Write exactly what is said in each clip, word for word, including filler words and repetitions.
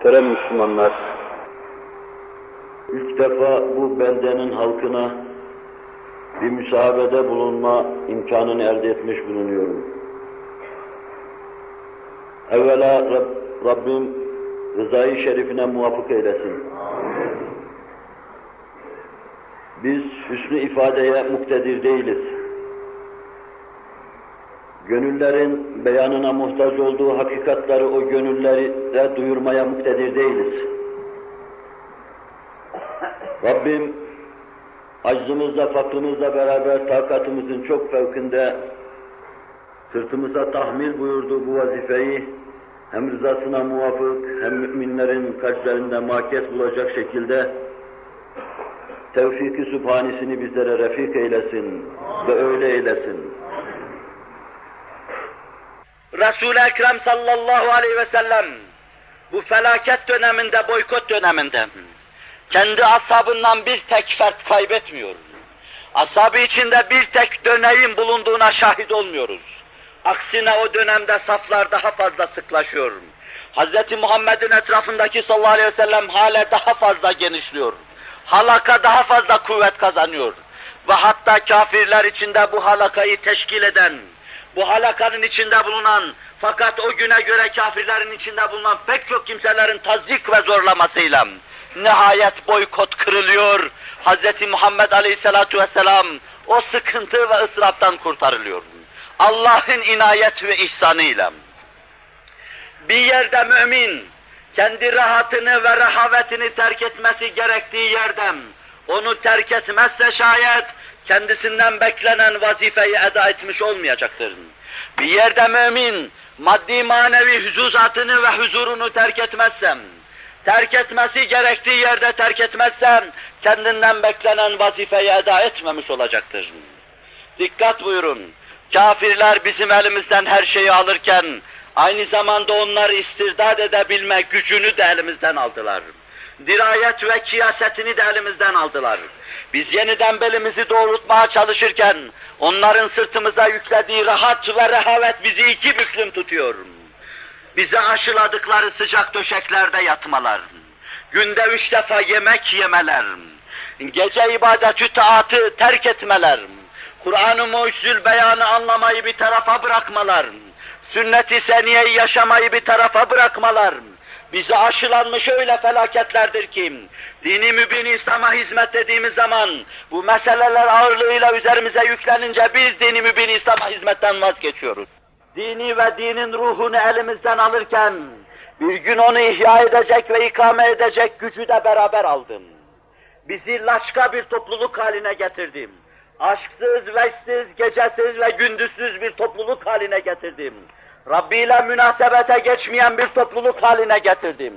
Muhterem Müslümanlar, ilk defa bu beldenin halkına bir müsahabede bulunma imkanını elde etmiş bulunuyorum. Evvela Rab, Rabbim rızayı şerifine muvafık eylesin. Biz hüsnü ifadeye muktedir değiliz. Gönüllerin beyanına muhtaç olduğu hakikatleri o gönüllere duyurmaya muktedir değiliz. Rabbim aczımızla, fakrımızla beraber takatımızın çok fevkinde sırtımıza tahmil buyurduğu bu vazifeyi hem rızasına muvafık hem müminlerin kalplerinde makes bulacak şekilde tevfik-i sübhanisini bizlere refik eylesin ve öyle eylesin. Resul-i Ekrem sallallahu aleyhi ve sellem bu felaket döneminde, boykot döneminde kendi ashabından bir tek fert kaybetmiyor. Ashabı içinde bir tek döneğin bulunduğuna şahit olmuyoruz. Aksine o dönemde saflar daha fazla sıklaşıyor. Hz. Muhammed'in etrafındaki sallallahu aleyhi ve sellem hale daha fazla genişliyor. Halaka daha fazla kuvvet kazanıyor. Ve hatta kafirler içinde bu halakayı teşkil eden, bu halakanın içinde bulunan, fakat o güne göre kafirlerin içinde bulunan pek çok kimselerin tazyik ve zorlamasıyla nihayet boykot kırılıyor. Hz. Muhammed Aleyhisselatu Vesselam o sıkıntı ve ıstıraptan kurtarılıyor. Allah'ın inayet ve ihsanıyla. Bir yerde mümin, kendi rahatını ve rehavetini terk etmesi gerektiği yerden, onu terk etmezse şayet, kendisinden beklenen vazifeyi eda etmiş olmayacaktır. Bir yerde mümin, maddi manevi huzuzatını ve huzurunu terk etmezsem, terk etmesi gerektiği yerde terk etmezsem, kendinden beklenen vazifeyi eda etmemiş olacaktır. Dikkat buyurun, kafirler bizim elimizden her şeyi alırken, aynı zamanda onları istirdat edebilme gücünü de elimizden aldılar. Dirayet ve kiyasetini de elimizden aldılar. Biz yeniden belimizi doğrultmaya çalışırken, onların sırtımıza yüklediği rahat ve rehavet bizi iki büklüm tutuyor. Bize aşıladıkları sıcak döşeklerde yatmalar, günde üç defa yemek yemeler, gece ibadetü taatı terk etmeler, Kur'an-ı Mucizül Beyan'ı anlamayı bir tarafa bırakmalar, sünnet-i seniyeyi yaşamayı bir tarafa bırakmalar, bize aşılanmış öyle felaketlerdir ki, dini mübin İslam'a hizmet dediğimiz zaman, bu meseleler ağırlığıyla üzerimize yüklenince biz dini mübin İslam'a hizmetten vazgeçiyoruz. Dini ve dinin ruhunu elimizden alırken, bir gün onu ihya edecek ve ikame edecek gücü de beraber aldım. Bizi laçka bir topluluk haline getirdim. Aşksız, veçsiz, gecesiz ve gündüzsüz bir topluluk haline getirdim. Rabbi ile münasebete geçmeyen bir topluluk haline getirdim.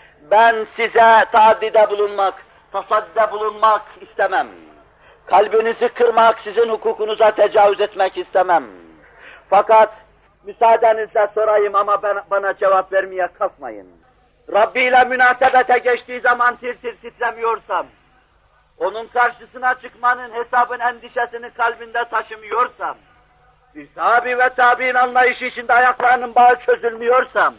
Ben size taaddide bulunmak, tasaddide bulunmak istemem. Kalbinizi kırmak, sizin hukukunuza tecavüz etmek istemem. Fakat müsaadenizle sorayım ama ben, bana cevap vermeye kalkmayın. Rabbi ile münasebete geçtiği zaman tir tir titremiyorsam, onun karşısına çıkmanın hesabın endişesini kalbinde taşımıyorsam, bir sahabi ve tabi'in anlayışı içinde ayaklarının bağı çözülmüyorsam,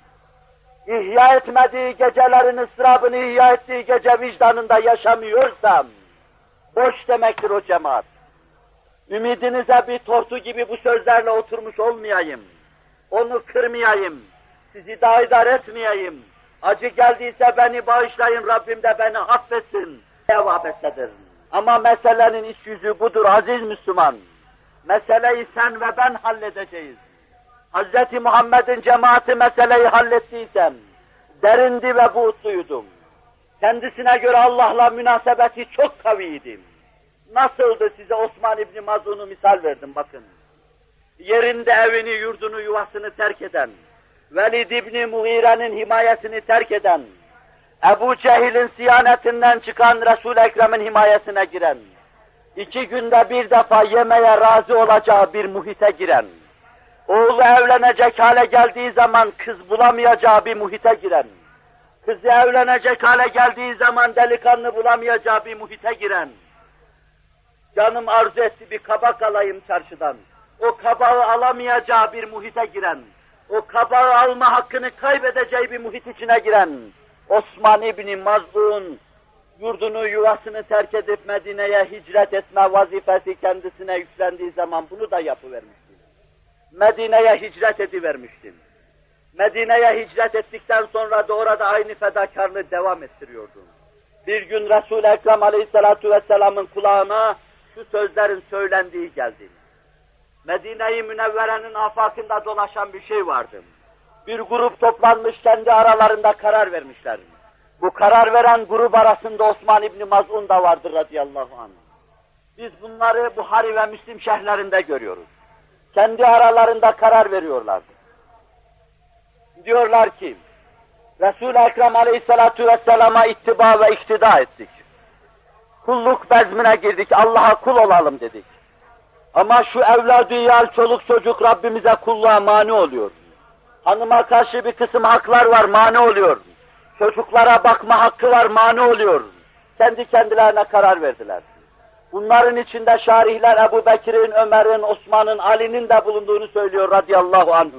ihya etmediği gecelerin ıstırabını ihya ettiği gece vicdanında yaşamıyorsam, boş demektir o cemaat. Ümidinize bir tortu gibi bu sözlerle oturmuş olmayayım, onu kırmayayım, sizi daidar etmeyeyim, acı geldiyse beni bağışlayın, Rabbim de beni affetsin, cevabettedir. Ama meselenin iç yüzü budur aziz Müslüman. Meseleyi sen ve ben halledeceğiz. Hz. Muhammed'in cemaati meseleyi hallettiysem, derindi ve buğutluydum. Kendisine göre Allah'la münasebeti çok kaviydi. Nasıldı size Osman İbni Mazun'u misal verdim bakın. Yerinde evini, yurdunu, yuvasını terk eden, Velid İbni Mughire'nin himayesini terk eden, Ebu Cehil'in siyanetinden çıkan Resul-i Ekrem'in himayesine giren, iki günde bir defa yemeye razı olacağı bir muhite giren, oğlu evlenecek hale geldiği zaman kız bulamayacağı bir muhite giren, kızı evlenecek hale geldiği zaman delikanlı bulamayacağı bir muhite giren, canım arzu etti bir kabak alayım çarşıdan, o kabağı alamayacağı bir muhite giren, o kabağı alma hakkını kaybedeceği bir muhit içine giren, Osman İbni Maz'un yurdunu, yuvasını terk edip Medine'ye hicret etme vazifesi kendisine yüklendiği zaman bunu da yapıvermiştim. Medine'ye hicret edivermiştim. Medine'ye hicret ettikten sonra da orada aynı fedakarlığı devam ettiriyordum. Bir gün Resul-i Ekrem Aleyhisselatü Vesselam'ın kulağına şu sözlerin söylendiği geldi. Medine-i Münevvere'nin afakında dolaşan bir şey vardı. Bir grup toplanmış, kendi aralarında karar vermişler. Bu karar veren grup arasında Osman İbni Maz'un da vardır radıyallahu anh. Biz bunları Buhari ve Müslim şerhlerinde görüyoruz. Kendi aralarında karar veriyorlardı. Diyorlar ki, Resul-i Ekrem Aleyhisselatü Vesselam'a ittiba ve iktida ettik. Kulluk bezmine girdik, Allah'a kul olalım dedik. Ama şu evladı iyal, çoluk çocuk Rabbimize kulluğa mani oluyor. Hanıma karşı bir kısım haklar var, mani oluyor. Çocuklara bakma hakkı var, mani oluyor. Kendi kendilerine karar verdiler. Bunların içinde şarihler Ebu Bekir'in, Ömer'in, Osman'ın, Ali'nin de bulunduğunu söylüyor radıyallahu anhum.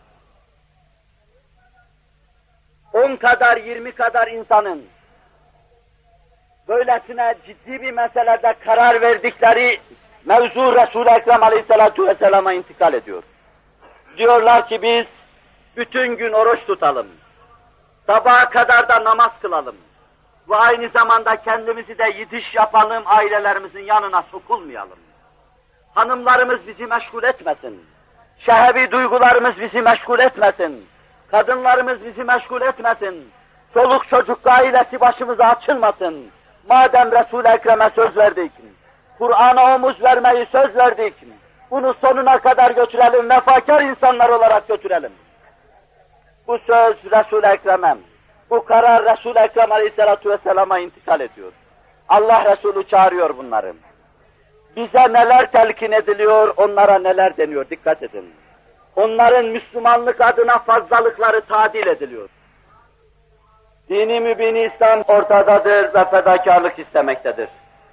On kadar, yirmi kadar insanın böylesine ciddi bir meselede karar verdikleri mevzu Resul-i Ekrem Aleyhisselatü Vesselam'a intikal ediyor. Diyorlar ki biz bütün gün oruç tutalım, sabaha kadar da namaz kılalım ve aynı zamanda kendimizi de yitiş yapalım, ailelerimizin yanına sokulmayalım. Hanımlarımız bizi meşgul etmesin, şehevi duygularımız bizi meşgul etmesin, kadınlarımız bizi meşgul etmesin, çoluk çocuk ailesi başımıza açılmasın. Madem Resul-i Ekrem'e söz verdik, Kur'an'a omuz vermeyi söz verdik, bunu sonuna kadar götürelim, vefakar insanlar olarak götürelim. Bu söz Resul-i Ekrem'e, bu karar Resul-i Ekrem Aleyhisselatü Vesselam'a intikal ediyor. Allah Resulü çağırıyor bunları. Bize neler telkin ediliyor, onlara neler deniyor, dikkat edin. Onların Müslümanlık adına fazlalıkları tadil ediliyor. Dini mübini İslam ortadadır ve fedakarlık istemektedir.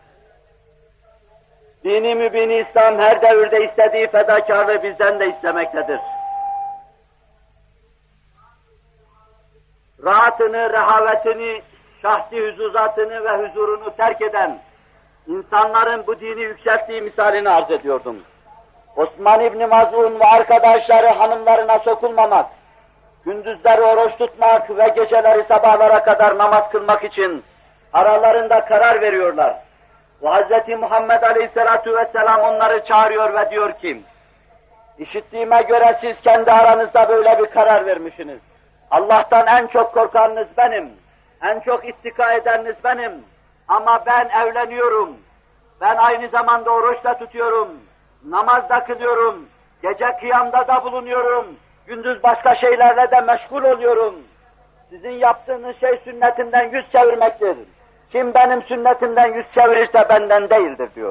Dini mübini İslam her devirde istediği fedakarlığı bizden de istemektedir. Rahatını, rehavetini, şahsi huzuzatını ve huzurunu terk eden insanların bu dini yükselttiği misalini arz ediyordum. Osman İbni Maz'un ve arkadaşları hanımlarına sokulmamak, gündüzleri oruç tutmak ve geceleri sabahlara kadar namaz kılmak için aralarında karar veriyorlar. Ve Hz. Muhammed Aleyhisselatü Vesselam onları çağırıyor ve diyor ki, işittiğime göre siz kendi aranızda böyle bir karar vermişsiniz. Allah'tan en çok korkanınız benim, en çok ittika edeniniz benim. Ama ben evleniyorum, ben aynı zamanda oruç da tutuyorum, namaz da kılıyorum, gece kıyamda da bulunuyorum, gündüz başka şeylerle de meşgul oluyorum. Sizin yaptığınız şey sünnetimden yüz çevirmektir. Kim benim sünnetimden yüz çevirirse benden değildir diyor.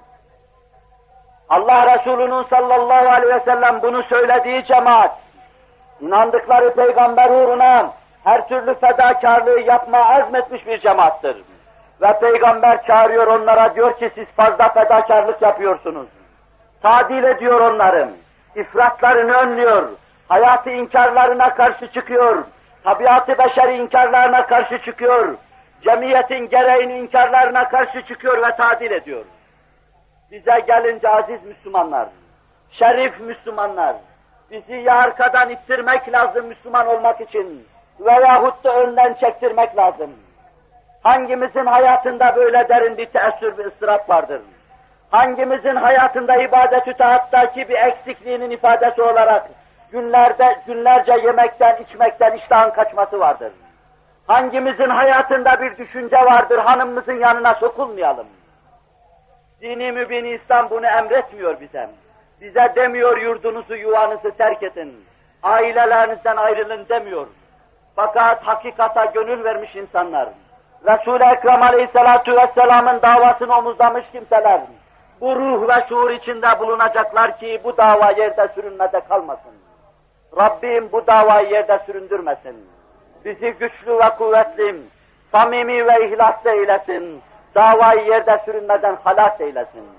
Allah Resulü'nün sallallahu aleyhi ve sellem bunu söylediği cemaat, inandıkları peygamber uğruna her türlü fedakarlığı yapmaya azmetmiş bir cemaattır. Ve peygamber çağırıyor onlara, diyor ki siz fazla fedakarlık yapıyorsunuz. Tadil ediyor onların, ifratlarını önlüyor, hayatı inkarlarına karşı çıkıyor, tabiatı beşeri inkarlarına karşı çıkıyor, cemiyetin gereğini inkarlarına karşı çıkıyor ve tadil ediyor. Bize gelince aziz Müslümanlar, şerif Müslümanlar, bizi ya arkadan ittirmek lazım Müslüman olmak için veyahut da önden çektirmek lazım. Hangimizin hayatında böyle derin bir teessür, bir ıstırap vardır? Hangimizin hayatında ibadet-ü taattaki bir eksikliğinin ifadesi olarak günlerde, günlerce yemekten, içmekten iştahın kaçması vardır? Hangimizin hayatında bir düşünce vardır, hanımımızın yanına sokulmayalım? Dini mübini İslam bunu emretmiyor bize. Bize demiyor yurdunuzu, yuvanızı terk edin, ailelerinizden ayrılın demiyor. Fakat hakikata gönül vermiş insanlar, Resul-i Ekrem Aleyhisselatü Vesselam'ın davasını omuzlamış kimseler, bu ruh ve şuur içinde bulunacaklar ki bu dava yerde sürünmede kalmasın. Rabbim bu davayı yerde süründürmesin. Bizi güçlü ve kuvvetli, samimi ve ihlaslı eylesin. Davayı yerde sürünmeden halas eylesin.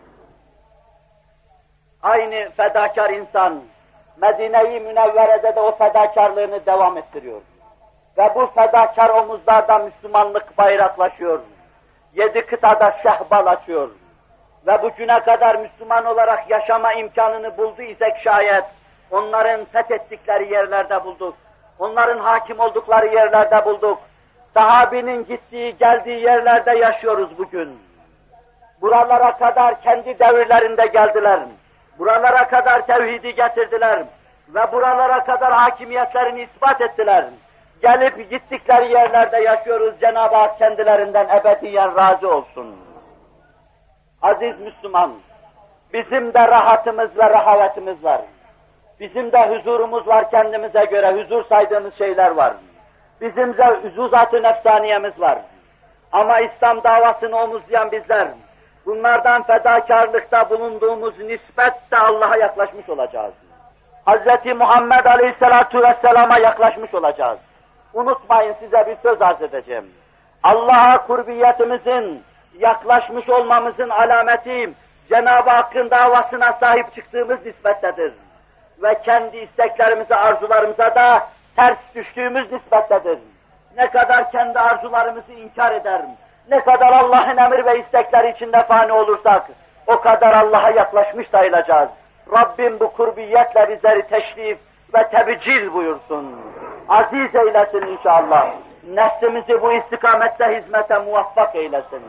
Aynı fedakar insan, Medine-i Münevvere'de de o fedakarlığını devam ettiriyor. Ve bu fedakar omuzlarda Müslümanlık bayraklaşıyor. Yedi kıtada şehbal açıyor. Ve bugüne kadar Müslüman olarak yaşama imkanını buldu isek şayet, onların fethettikleri yerlerde bulduk. Onların hakim oldukları yerlerde bulduk. Sahabinin gittiği, geldiği yerlerde yaşıyoruz bugün. Buralara kadar kendi devirlerinde geldiler. Buralara kadar tevhidi getirdiler. Ve buralara kadar hakimiyetlerini ispat ettiler. Gelip gittikleri yerlerde yaşıyoruz. Cenab-ı Hak kendilerinden ebediyen razı olsun. Aziz Müslüman, bizim de rahatımız ve rahavetimiz var. Bizim de huzurumuz var kendimize göre, huzur saydığımız şeyler var. Bizim de huzuzat-ı nefsaniyemiz var. Ama İslam davasını omuzlayan bizler, bunlardan fedakarlıkta bulunduğumuz nispetle Allah'a yaklaşmış olacağız. Hazreti Muhammed Aleyhisselatu Vesselam'a yaklaşmış olacağız. Unutmayın, size bir söz arz edeceğim. Allah'a kurbiyetimizin, yaklaşmış olmamızın alameti, Cenab-ı Hakk'ın davasına sahip çıktığımız nispettedir. Ve kendi isteklerimize, arzularımıza da ters düştüğümüz nispettedir. Ne kadar kendi arzularımızı inkar eder, ne kadar Allah'ın emir ve istekleri içinde fani olursak, o kadar Allah'a yaklaşmış sayılacağız. Rabbim bu kurbiyetle bizleri teşrif ve tebcil buyursun. Aziz eylesin inşallah. Nefsimizi bu istikamette hizmete muvaffak eylesin.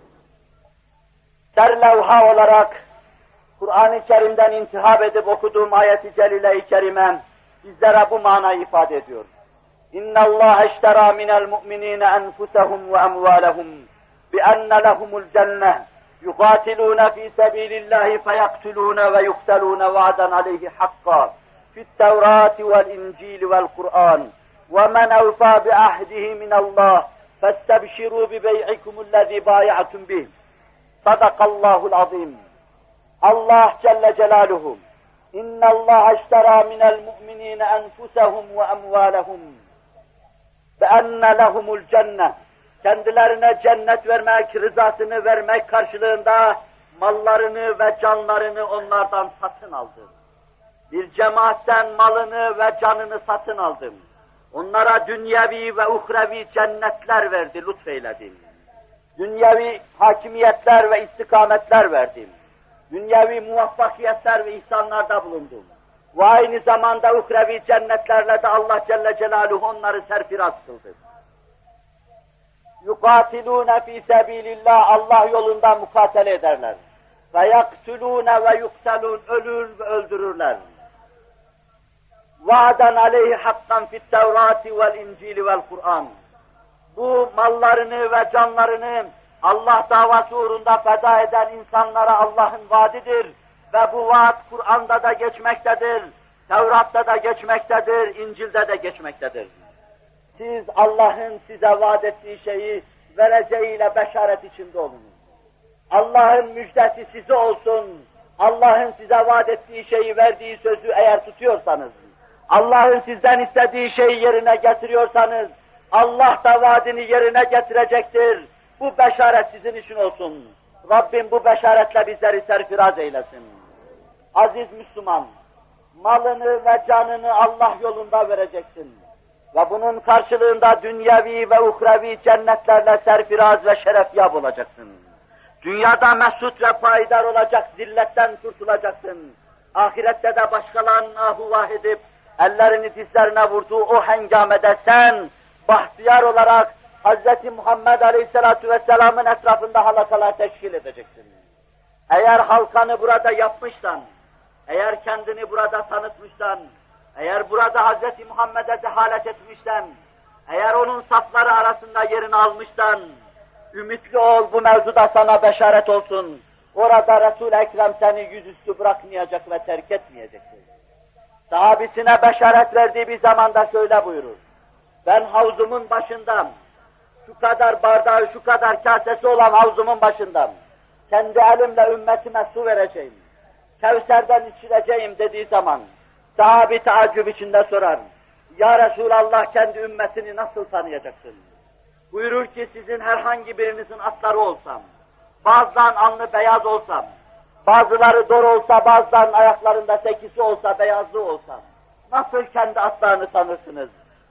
Serlevha olarak Kur'an-ı Kerim'den intihab edip okuduğum ayet-i celile-i kerime bizlere bu manayı ifade ediyor. اِنَّ اللّٰهَ اشْتَرَى مِنَ الْمُؤْمِنِينَ أَنْفُسَهُمْ وَأَمْوَالَهُمْ بِأَنَّ لَهُمُ الْجَنَّةِ يُقَاتِلُونَ فِي سَبِيلِ اللّٰهِ فَيَقْتُلُونَ وَيُقْتَلُونَ وَعْدًا عَلَيْهِ حَقًّا فِي التَّوْرَاةِ وَالْإِنْجِيلِ وَالْقُرْآنِ وَمَنْ أَوْفَى بِعَهْدِهِ مِنَ اللّٰهِ فَاسْتَبْشِرُوا بِبَيْعِكُمُ الَّذ۪ي بَايَعْتُمْ بِهِ صَدَقَ اللّٰهُ الْعَظِيمُ. Allah Celle Celaluhu اِنَّ اللّٰهَ اشْتَرَى مِنَ الْمُؤْمِنِينَ أَنْفُسَهُمْ وَأَمْوَالَهُمْ بِأَنَّ لَهُمُ الْجَنَّةِ Kendilerine cennet vermek, rızasını vermek karşılığında mallarını ve canlarını onlardan satın aldı. Bir cemaatten malını ve canını satın aldım. Onlara dünyevi ve uhrevi cennetler verdi, lütfeyledi. Dünyevi hakimiyetler ve istikametler verdim. Dünyevi muvaffakiyetler ve ihsanlarda bulundum. Ve aynı zamanda uhrevi cennetlerle de Allah Celle Celaluhu onları serfiraz kıldı. يُقَاتِلُونَ فِي سَب۪يلِ اللّٰهِ Allah yolunda mukatele ederler. وَيَقْتُلُونَ وَيُقْتَلُونَ Ölür ve öldürürler. وَعَدًا عَلَيْهِ حَقًّا فِي التَّوْرَاتِ وَالْاِنْجِيلِ وَالْقُرْآنِ Bu mallarını ve canlarını Allah davası uğrunda feda eden insanlara Allah'ın vaadidir ve bu vaat Kur'an'da da geçmektedir, Tevrat'ta da geçmektedir, İncil'de de geçmektedir. Siz Allah'ın size vaat ettiği şeyi vereceğiyle beşaret içinde olunuz. Allah'ın müjdesi size olsun, Allah'ın size vaat ettiği şeyi verdiği sözü eğer tutuyorsanız, Allah'ın sizden istediği şeyi yerine getiriyorsanız, Allah da vaadini yerine getirecektir. Bu beşaret sizin için olsun. Rabbim bu beşaretle bizleri serfiraz eylesin. Aziz Müslüman, malını ve canını Allah yolunda vereceksin. Ve bunun karşılığında dünyevi ve uhrevi cennetlerle serfiraz ve şerefyab olacaksın. Dünyada mesut ve payidar olacak, zilletten kurtulacaksın. Ahirette de başkalarının ahuvah edip, ellerini dizlerine vurduğu o hengamede sen, bahtiyar olarak Hz. Muhammed Aleyhisselatü Vesselam'ın etrafında halakalar teşkil edeceksin. Eğer halkanı burada yapmışsan, eğer kendini burada tanıtmışsan, eğer burada Hz. Muhammed'e dehalet etmişsen, eğer onun safları arasında yerini almışsan, ümitli ol, bu mevzuda sana beşaret olsun. Orada Resul-i Ekrem seni yüzüstü bırakmayacak ve terk etmeyecektir. Sahabisine beşaret verdiği bir zamanda şöyle buyurur. Ben havzumun başındam, şu kadar bardağı, şu kadar kasesi olan havzumun başındam. Kendi elimle ümmetime su vereceğim. Kevser'den içireceğim dediği zaman, sahabi taaccüp içinde sorar. Ya Resulallah, kendi ümmetini nasıl tanıyacaksın? Buyurur ki sizin herhangi birinizin atları olsam, bazıdan alnı beyaz olsam, bazıları dor olsa, bazıdan ayaklarında sekisi olsa, beyazlığı olsa, nasıl kendi atlarını tanırsınız?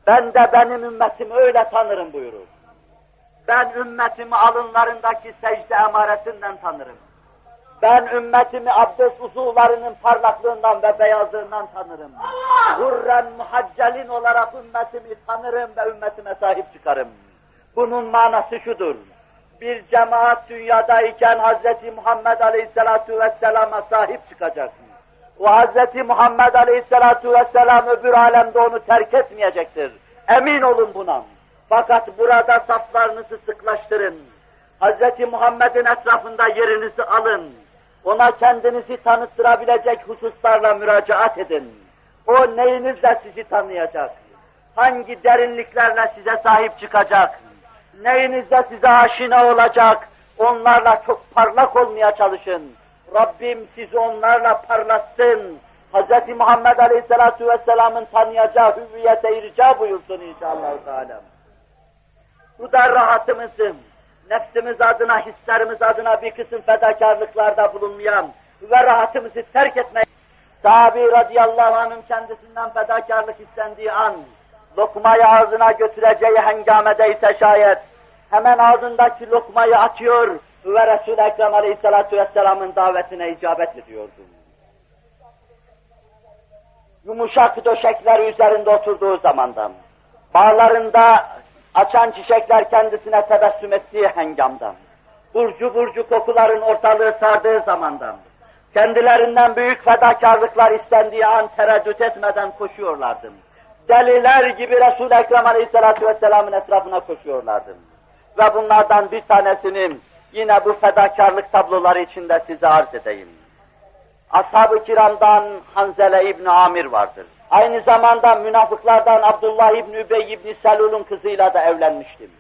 Ben de benim ümmetimi öyle tanırım buyurur. Ben ümmetimi alınlarındaki secde emaretinden tanırım. Ben ümmetimi abdest uzuvlarının parlaklığından ve beyazlığından tanırım. Hurren muhaccelin olarak ümmetimi tanırım ve ümmetime sahip çıkarım. Bunun manası şudur. Bir cemaat dünyadayken Hz. Muhammed Aleyhisselatu Vesselam'a sahip çıkacak. O Hz. Muhammed Aleyhisselatu Vesselam öbür alemde onu terk etmeyecektir. Emin olun buna. Fakat burada saflarınızı sıklaştırın. Hz. Muhammed'in etrafında yerinizi alın. Ona kendinizi tanıttırabilecek hususlarla müracaat edin. O neyinizle sizi tanıyacak? Hangi derinliklerle size sahip çıkacak? Neyinizle size aşina olacak? Onlarla çok parlak olmaya çalışın. Rabbim sizi onlarla parlatsın. Hz. Muhammed Aleyhisselatu Vesselam'ın tanıyacağı hüviyete irca buyursun inşallah Teala. Bu da rahatımızın, nefsimiz adına, hislerimiz adına bir kısım fedakarlıklarda bulunmayan ve rahatımızı terk etmeyen sahabi radıyallahu anh'ın kendisinden fedakarlık istendiği an, lokmayı ağzına götüreceği hengamede ise şayet hemen ağzındaki lokmayı atıyor ve Resul-i Ekrem Aleyhisselatü Vesselam'ın davetine icabet ediyordu. Yumuşak döşekler üzerinde oturduğu zamandan, bağlarında açan çiçekler kendisine tebessüm ettiği hengamdan, burcu burcu kokuların ortalığı sardığı zamandan, kendilerinden büyük fedakarlıklar istendiği an tereddüt etmeden koşuyorlardı. Deliler gibi Resul-i Ekrem Aleyhisselatü Vesselam'ın etrafına koşuyorlardı. Ve bunlardan bir tanesini yine bu fedakarlık tabloları içinde size arz edeyim. Ashab-ı kiramdan Hanzele İbni Amir vardır. Aynı zamanda münafıklardan Abdullah İbni Übey İbni Selul'un kızıyla da evlenmiştim.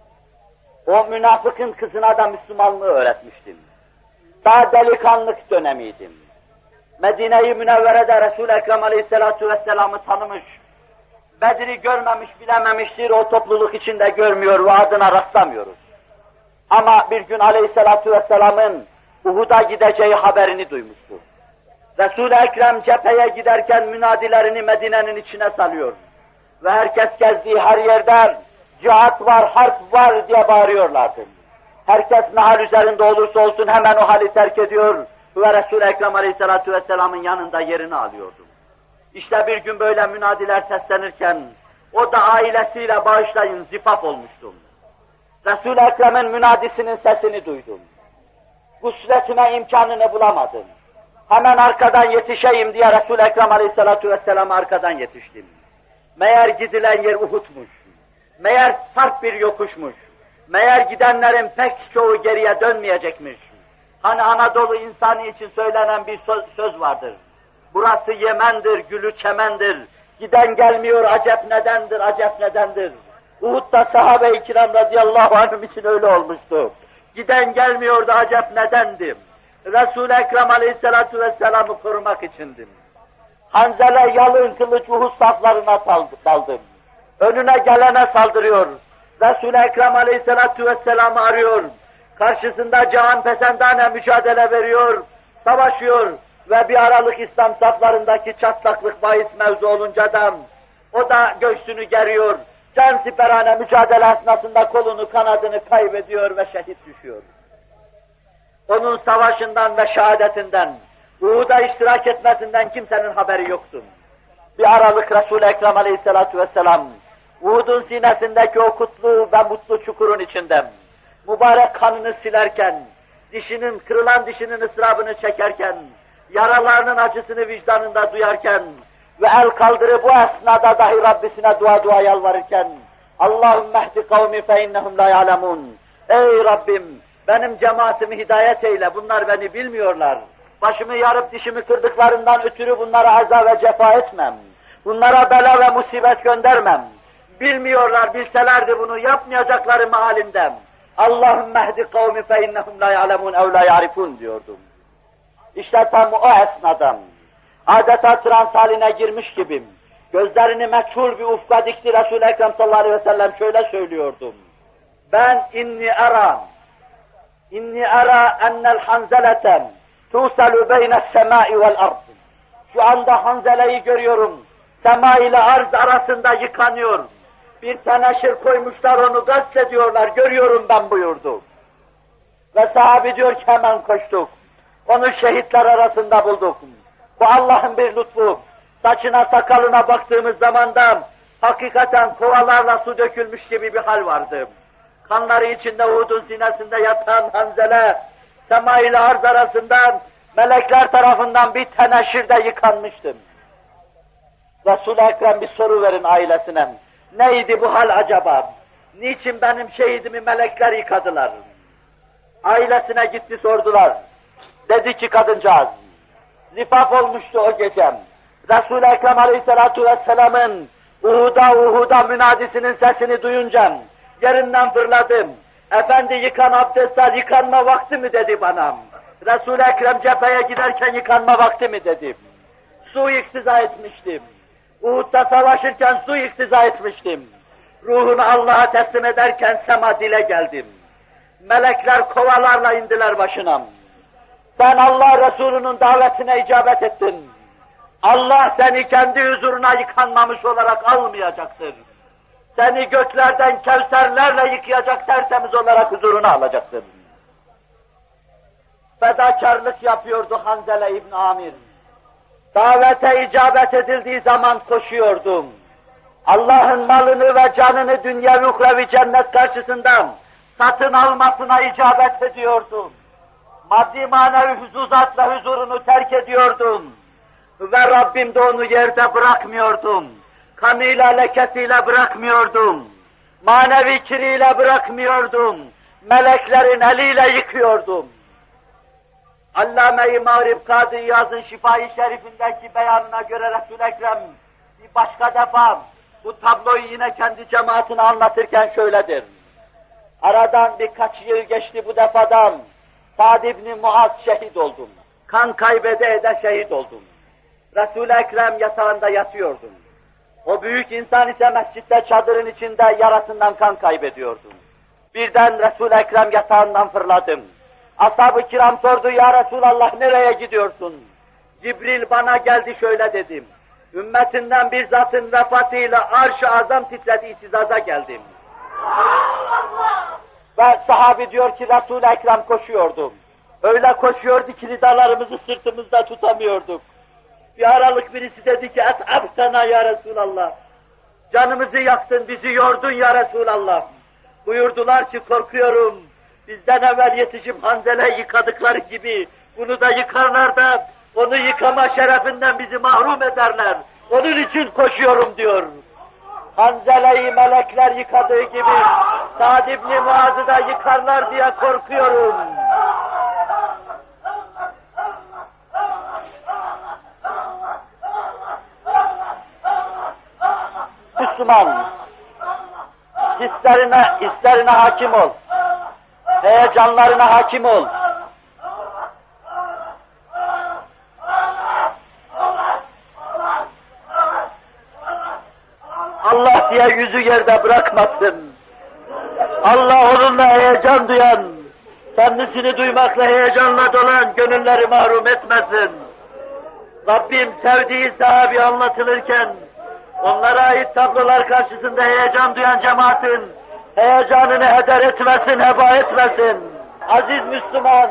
O münafıkın kızına da Müslümanlığı öğretmiştim. Daha delikanlık dönemiydim. Medine-i Münevvere'de Resul-i Ekrem Aleyhisselatü Vesselam'ı tanımış, Bedir'i görmemiş, bilememiştir, o topluluk içinde görmüyor ve adına rastlamıyoruz. Ama bir gün Aleyhisselatü Vesselam'ın Uhud'a gideceği haberini duymuştu. Resul-i Ekrem cepheye giderken münadilerini Medine'nin içine salıyor. Ve herkes gezdiği her yerde cihat var, harp var diye bağırıyorlardı. Herkes ne hal üzerinde olursa olsun hemen o hali terk ediyor ve Resul-i Ekrem Aleyhisselatü Vesselam'ın yanında yerini alıyordu. İşte bir gün böyle münadiler seslenirken o da ailesiyle bağışlayın zifaf olmuştum. Resul-i Ekrem'in münadisinin sesini duydum. Gusletime imkanını bulamadım. Hemen arkadan yetişeyim diye Resul-i Ekrem Aleyhisselatü Vesselam'a arkadan yetiştim. Meğer gidilen yer Uhud'muş. Meğer sarp bir yokuşmuş. Meğer gidenlerin pek çoğu geriye dönmeyecekmiş. Hani Anadolu insanı için söylenen bir söz, söz vardır. Burası Yemen'dir, gülü çemendir. Giden gelmiyor, acep nedendir, acep nedendir. Uhud'da sahabe-i kiram radıyallahu anhüm için öyle olmuştu. Giden gelmiyordu, acep nedendim. Resul-i Ekrem Aleyhisselatü Vesselam'ı korumak içindim. Hanzele yalın kılıç Uhud saflarına daldım. Önüne gelene saldırıyor. Resul-i Ekrem Aleyhisselatü Vesselam'ı arıyor. Karşısında cihan-pesendane mücadele veriyor, savaşıyor ve bir aralık İslam saflarındaki çatlaklık bahis mevzu olunca da o da göğsünü geriyor. Can siperhane mücadele esnasında kolunu kanadını kaybediyor ve şehit düşüyor. Onun savaşından ve şehadetinden, Uhud'a iştirak etmesinden kimsenin haberi yoktu. Bir aralık Resul-i Ekrem Aleyhisselatü Vesselam, Uhud'un sinesindeki o kutlu ve mutlu çukurun içinde, mübarek kanını silerken, dişinin, kırılan dişinin ıstırabını çekerken, yaralarının acısını vicdanında duyarken ve el kaldırıp bu esnada dahi Rabbisine dua dua yalvarırken, Allahümme ehdi kavmi fe innehum la ya'lemun. Ey Rabbim, benim cemaatimi hidayet eyle, bunlar beni bilmiyorlar. Başımı yarıp dişimi kırdıklarından ötürü bunlara aza ve cefa etmem. Bunlara bela ve musibet göndermem. Bilmiyorlar, bilselerdi bunu yapmayacakları mahalinde. Allahümme ehdi kavmi fe innehum la ya'lemun ev la ya'rifun diyordum. İşte tam o esnada adeta trans haline girmiş gibiyim. Gözlerini meçhul bir ufka dikti Resul-i Ekrem sallallahu aleyhi ve sellem şöyle söylüyordum. Ben inni ara, inni ara ennel hanzeleten tusalu beyne's semai vel ard. Şu anda Hanzele'yi görüyorum. Sema ile arz arasında yıkanıyor. Bir teneşir koymuşlar, onu gasp ediyorlar, görüyorum ben buyurdu. Ve sahabi diyor ki hemen koştuk. Onu şehitler arasında bulduk. Bu Allah'ın bir lütfu. Saçına sakalına baktığımız zamanda hakikaten kovalarla su dökülmüş gibi bir hal vardı. Kanları içinde Uhud'un sinesinde yatan Hanzele, sema ile arz arasında melekler tarafından bir teneşirde yıkanmıştım. Resul-i Ekrem bir soru verin ailesine. Neydi bu hal acaba? Niçin benim şehidimi melekler yıkadılar? Ailesine gitti sordular. Dedi ki kadıncağız, zifaf olmuştu o gecem. Resul-i Ekrem Aleyhisselatu Vesselam'ın Uhud'a Uhud'a münadisinin sesini duyunca yerinden fırladım. Efendi yıkan abdest al, yıkanma vakti mi dedi bana. Resul-i Ekrem cepheye giderken yıkanma vakti mi dedim. Su iktiza etmiştim. Uhud'da savaşırken su iktiza etmiştim. Ruhunu Allah'a teslim ederken sema dile geldim. Melekler kovalarla indiler başına. Sen Allah Resulü'nün davetine icabet ettin. Allah seni kendi huzuruna yıkanmamış olarak almayacaktır. Seni göklerden kevserlerle yıkayacak, tertemiz olarak huzuruna alacaktır. Fedakarlık yapıyordu Hanzele İbn Amir. Davete icabet edildiği zaman koşuyordum. Allah'ın malını ve canını dünya uhrevi cennet karşısında satın almasına icabet ediyordum. Maddi manevi huzuzatla huzurunu terk ediyordum. Ve Rabbim de onu yerde bırakmıyordum. Kanıyla, lekesiyle bırakmıyordum. Manevi kiriyle bırakmıyordum. Meleklerin eliyle yıkıyordum. Allame-i Mağrib Kadı İyaz'ın Şifa-i Şerifindeki beyanına göre Resul-i Ekrem bir başka defa bu tabloyu yine kendi cemaatine anlatırken şöyledir. Aradan birkaç yıl geçti bu defadan. Sa'd ibn Muaz şehit oldum. Kan kaybede ede şehit oldum. Resul-i Ekrem yatağında yatıyordum. O büyük insan ise mescitte çadırın içinde yarasından kan kaybediyordu. Birden Resul-i Ekrem yatağından fırladım. Ashab-ı kiram sordu, ya Resulallah nereye gidiyorsun? Cibril bana geldi şöyle dedim. Ümmetinden bir zatın vefatıyla arş-ı azam titredi, itizaza geldim. Ve sahabi diyor ki Resul-i Ekrem koşuyordum. Öyle koşuyordu ki lidalarımızı sırtımızda tutamıyorduk. Bir aralık birisi dedi ki et'abtena ya Resulallah. Canımızı yaktın, bizi yordun ya Resulallah. Buyurdular ki korkuyorum. Bizden evvel yetişip Hanzele yıkadıkları gibi bunu da yıkarlar da onu yıkama şerefinden bizi mahrum ederler. Onun için koşuyorum diyor. Hanzele'yi melekler yıkadığı gibi Sa'd ibn Muaz'ı da yıkarlar diye korkuyorum. Müslüman, hislerine, hislerine hakim ol. Heyecanlarına hakim ol. Allah diye yüzü yerde bırakmasın. Allah onunla heyecan duyan, kendisini duymakla heyecanla dolan gönülleri mahrum etmesin. Rabbim sevdiği sahabi anlatılırken, onlara ait tablolar karşısında heyecan duyan cemaatin, heyecanını heder etmesin, heba etmesin. Aziz Müslüman,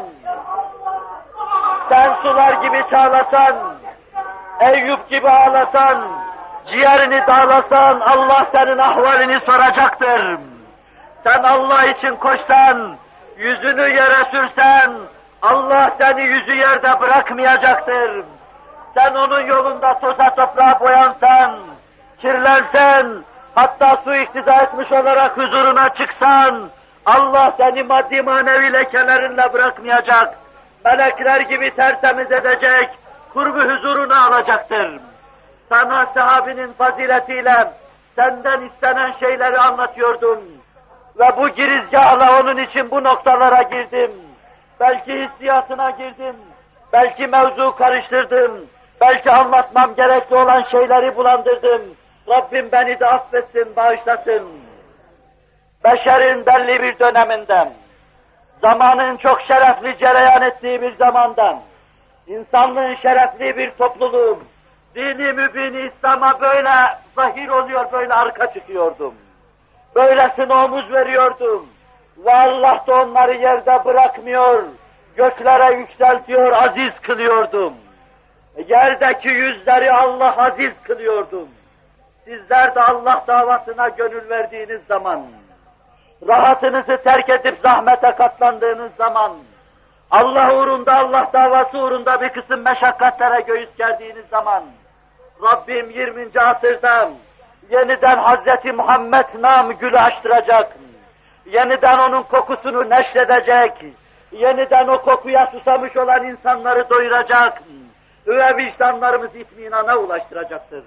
sen sular gibi çağlasan, Eyüp gibi ağlasan, ciğerini dağlasan, Allah senin ahvalini soracaktır. Sen Allah için koşsan, yüzünü yere sürsen, Allah seni yüzü yerde bırakmayacaktır. Sen onun yolunda toza toprağa boyansan, kirlensen, hatta su iktiza etmiş olarak huzuruna çıksan, Allah seni maddi manevi lekelerinle bırakmayacak, melekler gibi tertemiz edecek, kurbu huzuruna alacaktır. Sana sahabinin faziletiyle senden istenen şeyleri anlatıyordum. Ve bu girizgahla onun için bu noktalara girdim. Belki hissiyatına girdim, belki mevzu karıştırdım, belki anlatmam gerekli olan şeyleri bulandırdım. Rabbim beni de affetsin, bağışlasın. Beşerin belli bir döneminden, zamanın çok şerefli cereyan ettiği bir zamandan, insanlığın şerefli bir topluluğum, dini mübini İslam'a böyle zahir oluyor, böyle arka çıkıyordum. Böylesine omuz veriyordum. Ve Allah da onları yerde bırakmıyor, göklere yükseltiyor, aziz kılıyordum. Yerdeki yüzleri Allah aziz kılıyordum. Sizler de Allah davasına gönül verdiğiniz zaman, rahatınızı terk edip zahmete katlandığınız zaman, Allah uğrunda, Allah davası uğrunda bir kısım meşakkatlere göğüs gerdiğiniz zaman, Rabbim yirminci asırda yeniden Hazreti Muhammed nam gülü açtıracak, yeniden onun kokusunu neşredecek, yeniden o kokuya susamış olan insanları doyuracak ve vicdanlarımızı itminana ulaştıracaktır.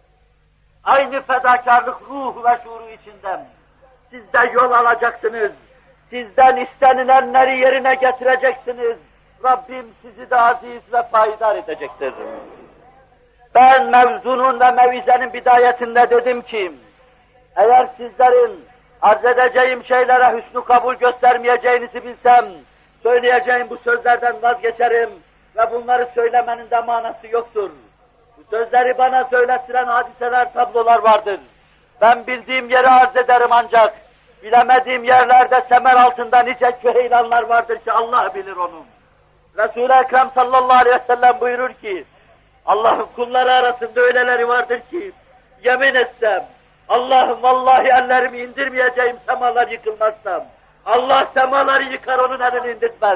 Aynı fedakarlık ruh ve şuuru içinden siz de yol alacaksınız, sizden istenilenleri yerine getireceksiniz, Rabbim sizi de aziz ve payidar edecektir. Ben mevzunun ve mevizenin bidayetinde dedim ki, eğer sizlerin arz edeceğim şeylere hüsnü kabul göstermeyeceğinizi bilsem, söyleyeceğim bu sözlerden vazgeçerim ve bunları söylemenin de manası yoktur. Bu sözleri bana söylettiren hadiseler, tablolar vardır. Ben bildiğim yeri arz ederim ancak, bilemediğim yerlerde semer altında nice küheylanlar vardır ki Allah bilir onu. Resul-i Ekrem sallallahu aleyhi ve sellem buyurur ki, Allah'ın kulları arasında öyleleri vardır ki, yemin etsem, Allah'ım vallahi ellerimi indirmeyeceğim semalar yıkılmazsam, Allah semaları yıkar, onun elini indirtmez.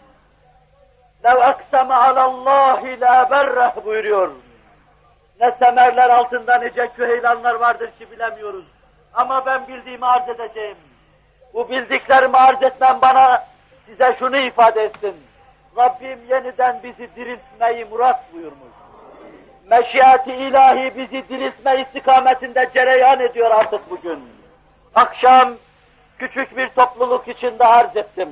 لَوْ اَقْسَمَ عَلَى اللّٰهِ لَا بَرَّهِ buyuruyor. Ne semerler altında nice küheylanlar vardır ki bilemiyoruz. Ama ben bildiğimi arz edeceğim. Bu bildiklerimi arz etmem bana size şunu ifade etsin. Rabbim yeniden bizi diriltmeyi murat buyurmuş. Meşiyat-i ilahi bizi diriltme istikametinde cereyan ediyor artık bugün. Akşam küçük bir topluluk içinde arz ettim.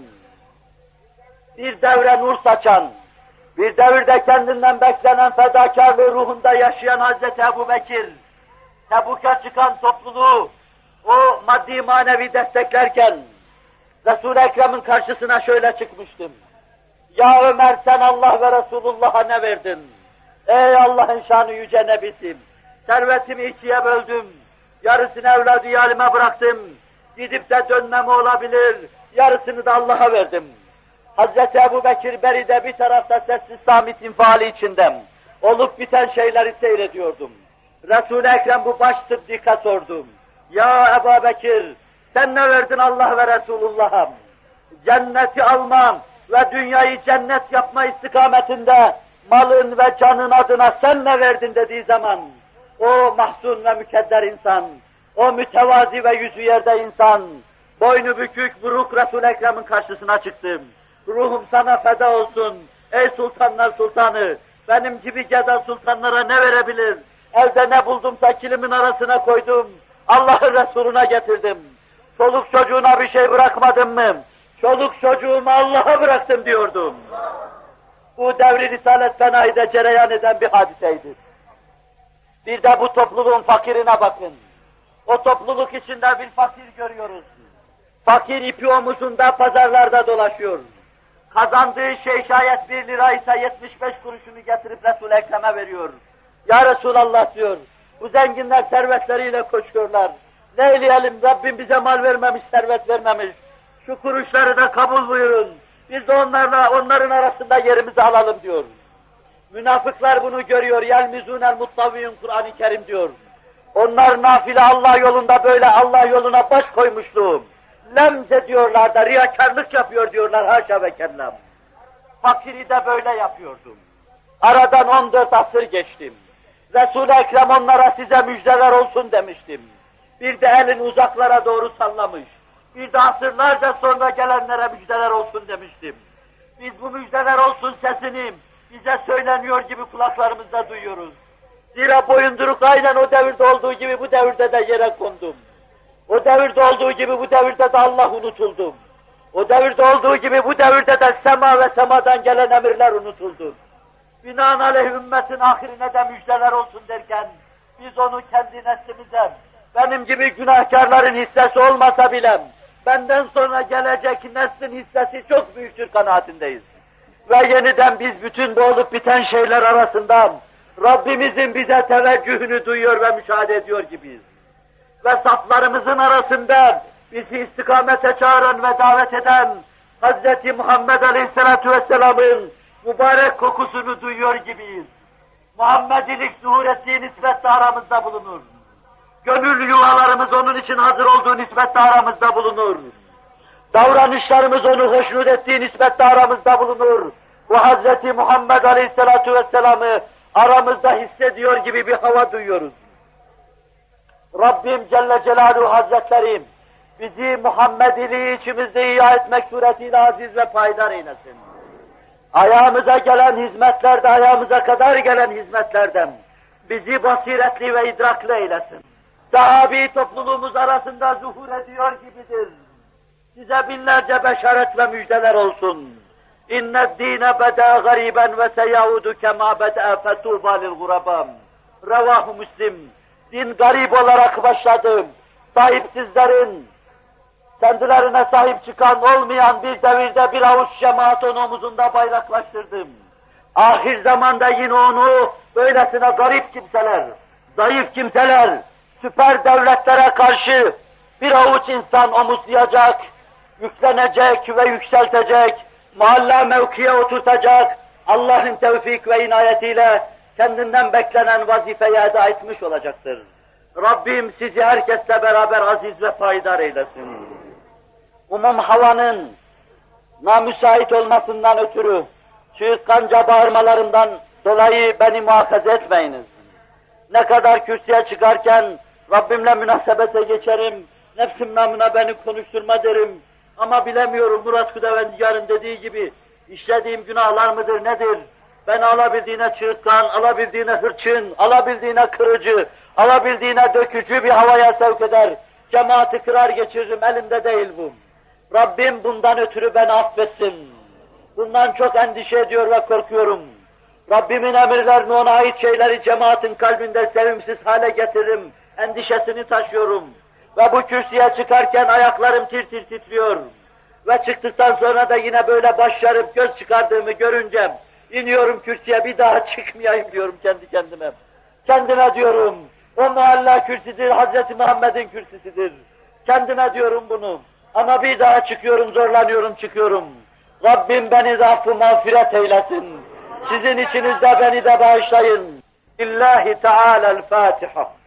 Bir devre nur saçan, bir devirde kendinden beklenen fedakarlığı ruhunda yaşayan Hazreti Ebubekir, Tebuk'a çıkan topluluğu o maddi manevi desteklerken Resul-i Ekrem'in karşısına şöyle çıkmıştım. Ya Ömer, sen Allah ve Resulullah'a ne verdin? Ey Allah'ın şanı yüce nebisim, servetimi ikiye böldüm, yarısını evladı yalime bıraktım, gidip de dönmem olabilir, yarısını da Allah'a verdim. Hazreti Ebubekir beride bir tarafta sessiz samit infiali içinde olup biten şeyleri seyrediyordum. Resul-i Ekrem bu baş sıddika sordum. Ya Ebubekir, sen ne verdin Allah ve Resulullah'a? Cenneti almam ve dünyayı cennet yapma istikametinde malın ve canın adına sen ne verdin dediği zaman, o mahzun ve mükedder insan, o mütevazi ve yüzü yerde insan, boynu bükük, buruk Resul-i Ekrem'in karşısına çıktım. Ruhum sana feda olsun, ey sultanlar sultanı, benim gibi geda sultanlara ne verebilir? Evde ne buldumsa kilimin arasına koydum, Allah'ın Resulüne getirdim. Çoluk çocuğuna bir şey bırakmadım mı? Çoluk çocuğumu Allah'a bıraktım diyordum. Bu devri Risalet Fenahi'de cereyan eden bir hadiseydi. Bir de bu topluluğun fakirine bakın. O topluluk içinde bir fakir görüyoruz. Fakir ipi omuzunda pazarlarda dolaşıyor. Kazandığı şey şayet bir liraysa yetmiş beş kuruşunu getirip Resul-i Ekrem'e veriyor. Ya Resulallah diyor, bu zenginler servetleriyle koşuyorlar. Ne eyleyelim, Rabbim bize mal vermemiş, servet vermemiş. Şu kuruşları da kabul buyurun. Biz de onlarla, onların arasında yerimizi alalım diyor. Münafıklar bunu görüyor. Yelmizûnel muttaviyun Kur'an-ı Kerim diyor. Onlar nafile Allah yolunda böyle Allah yoluna baş koymuştu. Lemze diyorlar da riyakarlık yapıyor diyorlar, haşa ve kellem. Fakiri de böyle yapıyordum. Aradan on dört asır geçtim. Resul-i Ekrem onlara size müjdeler olsun demiştim. Bir de elin uzaklara doğru sallamış. Bir de asırlarca sonra gelenlere müjdeler olsun demiştim. Biz bu müjdeler olsun sesini bize söyleniyor gibi kulaklarımızda duyuyoruz. Zira boyunduruk aynen o devirde olduğu gibi bu devirde de yere kondum. O devirde olduğu gibi bu devirde de Allah unutuldu. O devirde olduğu gibi bu devirde de sema ve semadan gelen emirler unutuldu. Binaenaleyh ümmetin ahirine de müjdeler olsun derken, biz onu kendi neslimize, benim gibi günahkarların hissesi olmasa bile, benden sonra gelecek neslin hissesi çok büyüktür kanaatindeyiz. Ve yeniden biz bütün bu olup biten şeyler arasında, Rabbimizin bize teveccühünü duyuyor ve müşahede ediyor gibiyiz. ve saflarımızın arasında bizi istikamete çağıran ve davet eden Hazreti Muhammed Aleyhisselatü Vesselam'ın mübarek kokusunu duyuyor gibiyiz. Muhammedilik zuhur ettiği nispetle aramızda bulunur. Gönül yuvalarımız onun için hazır olduğu nispetle aramızda bulunur. Davranışlarımız onu hoşnut ettiği nispetle aramızda bulunur. Bu Hazreti Muhammed Aleyhisselatü Vesselam'ı aramızda hissediyor gibi bir hava duyuyoruz. Rabbim Celle Celaluhu Hazretleri bizi Muhammediliği içimizde ihya etmek suretiyle aziz ve payidar eylesin. Ayağımıza gelen hizmetlerde, ayağımıza kadar gelen hizmetlerden bizi basiretli ve idraklı eylesin. Sahabi topluluğumuz arasında zuhur ediyor gibidir. Size binlerce beşaret ve müjdeler olsun. İnned dîne bedâ gariben ve seyaudu kemâ bedâ fetûbâ lil gurabâm. Revahu Müslim. Din garip olarak başladı. Sahipsizlerin, kendilerine sahip çıkan olmayan bir devirde bir avuç cemaat onu omuzunda bayraklaştırdım. Ahir zamanda yine onu böylesine garip kimseler, zayıf kimseler, süper devletlere karşı bir avuç insan omuzlayacak, yüklenecek ve yükseltecek, mahalle mevkiye oturtacak, Allah'ın tevfik ve inayetiyle kendinden beklenen vazifeyi eda etmiş olacaktır. Rabbim sizi herkesle beraber aziz ve payidar eylesin. Umum havanın namüsait olmasından ötürü çığırtkanca bağırmalarından dolayı beni muhakaza etmeyiniz. Ne kadar kürsüye çıkarken Rabbimle münasebete geçerim, nefsim namına beni konuşturma derim. Ama bilemiyorum Murat Kudevendigar'ın dediği gibi işlediğim günahlar mıdır nedir? Beni alabildiğine çığırtkan, alabildiğine hırçın, alabildiğine kırıcı, alabildiğine dökücü bir havaya sevk eder. Cemaati kırar geçiririm, elimde değil bu. Rabbim bundan ötürü beni affetsin. Bundan çok endişe ediyor ve korkuyorum. Rabbimin emirlerini, ona ait şeyleri cemaatin kalbinde sevimsiz hale getiririm. Endişesini taşıyorum. Ve bu kürsüye çıkarken ayaklarım tir tir titriyor. Ve çıktıktan sonra da yine böyle baş yarıp göz çıkardığımı görünce iniyorum kürsüye, bir daha çıkmayayım diyorum kendi kendime. Kendime diyorum, o muhalla kürsüdür, Hazreti Muhammed'in kürsüsüdür. Kendime diyorum bunu. Ama bir daha çıkıyorum, zorlanıyorum, çıkıyorum. Rabbim beni de affı mağfiret eylesin. Sizin içinizde beni de bağışlayın. Lillahi Teala'l-Fatiha.